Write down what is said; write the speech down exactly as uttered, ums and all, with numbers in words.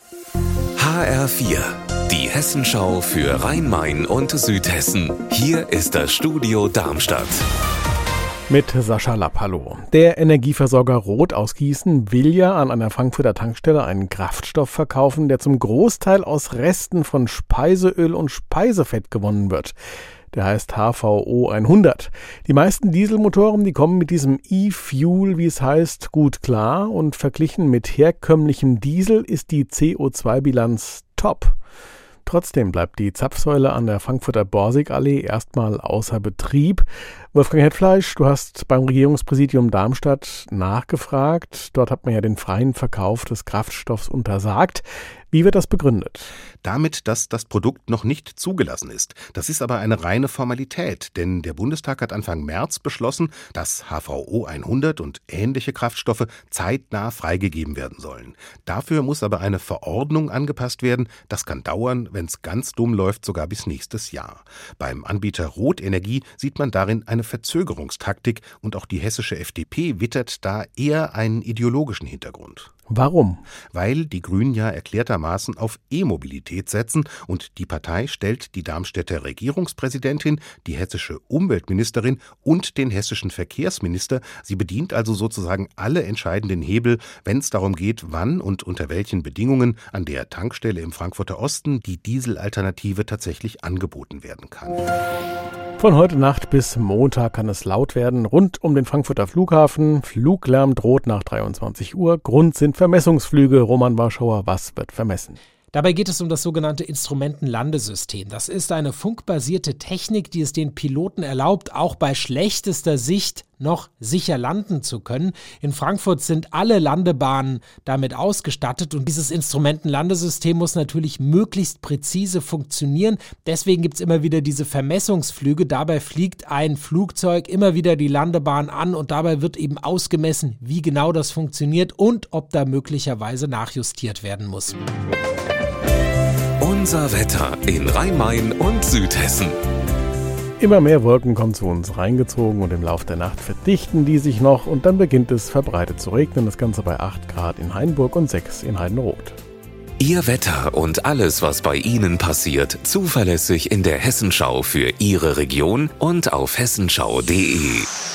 H R vier, die Hessenschau für Rhein-Main und Südhessen. Hier ist das Studio Darmstadt. Mit Sascha Lapp, hallo. Der Energieversorger Roth aus Gießen will ja an einer Frankfurter Tankstelle einen Kraftstoff verkaufen, der zum Großteil aus Resten von Speiseöl und Speisefett gewonnen wird. Der heißt H V O hundert. Die meisten Dieselmotoren, die kommen mit diesem E-Fuel, wie es heißt, gut klar, und verglichen mit herkömmlichem Diesel ist die C O zwei Bilanz top. Trotzdem bleibt die Zapfsäule an der Frankfurter Borsigallee erstmal außer Betrieb. Wolfgang Hetfleisch, du hast beim Regierungspräsidium Darmstadt nachgefragt. Dort hat man ja den freien Verkauf des Kraftstoffs untersagt. Wie wird das begründet? Damit, dass das Produkt noch nicht zugelassen ist. Das ist aber eine reine Formalität, denn der Bundestag hat Anfang März beschlossen, dass H V O hundert und ähnliche Kraftstoffe zeitnah freigegeben werden sollen. Dafür muss aber eine Verordnung angepasst werden. Das kann dauern, wenn es ganz dumm läuft, sogar bis nächstes Jahr. Beim Anbieter Roth Energie sieht man darin eine Verzögerungstaktik und auch die hessische F D P wittert da eher einen ideologischen Hintergrund. Warum? Weil die Grünen ja erklärtermaßen auf E-Mobilität setzen und die Partei stellt die Darmstädter Regierungspräsidentin, die hessische Umweltministerin und den hessischen Verkehrsminister. Sie bedient also sozusagen alle entscheidenden Hebel, wenn es darum geht, wann und unter welchen Bedingungen an der Tankstelle im Frankfurter Osten die Dieselalternative tatsächlich angeboten werden kann. Von heute Nacht bis Montag kann es laut werden rund um den Frankfurter Flughafen. Fluglärm droht nach dreiundzwanzig Uhr. Grund sind Vermessungsflüge. Roman Warschauer, was wird vermessen? Dabei geht es um das sogenannte Instrumentenlandesystem. Das ist eine funkbasierte Technik, die es den Piloten erlaubt, auch bei schlechtester Sicht noch sicher landen zu können. In Frankfurt sind alle Landebahnen damit ausgestattet und dieses Instrumentenlandesystem muss natürlich möglichst präzise funktionieren. Deswegen gibt es immer wieder diese Vermessungsflüge. Dabei fliegt ein Flugzeug immer wieder die Landebahn an und dabei wird eben ausgemessen, wie genau das funktioniert und ob da möglicherweise nachjustiert werden muss. Unser Wetter in Rhein-Main und Südhessen. Immer mehr Wolken kommen zu uns reingezogen und im Laufe der Nacht verdichten die sich noch und dann beginnt es verbreitet zu regnen. Das Ganze bei acht Grad in Hainburg und sechs in Heidenroth. Ihr Wetter und alles, was bei Ihnen passiert, zuverlässig in der Hessenschau für Ihre Region und auf hessenschau punkt de.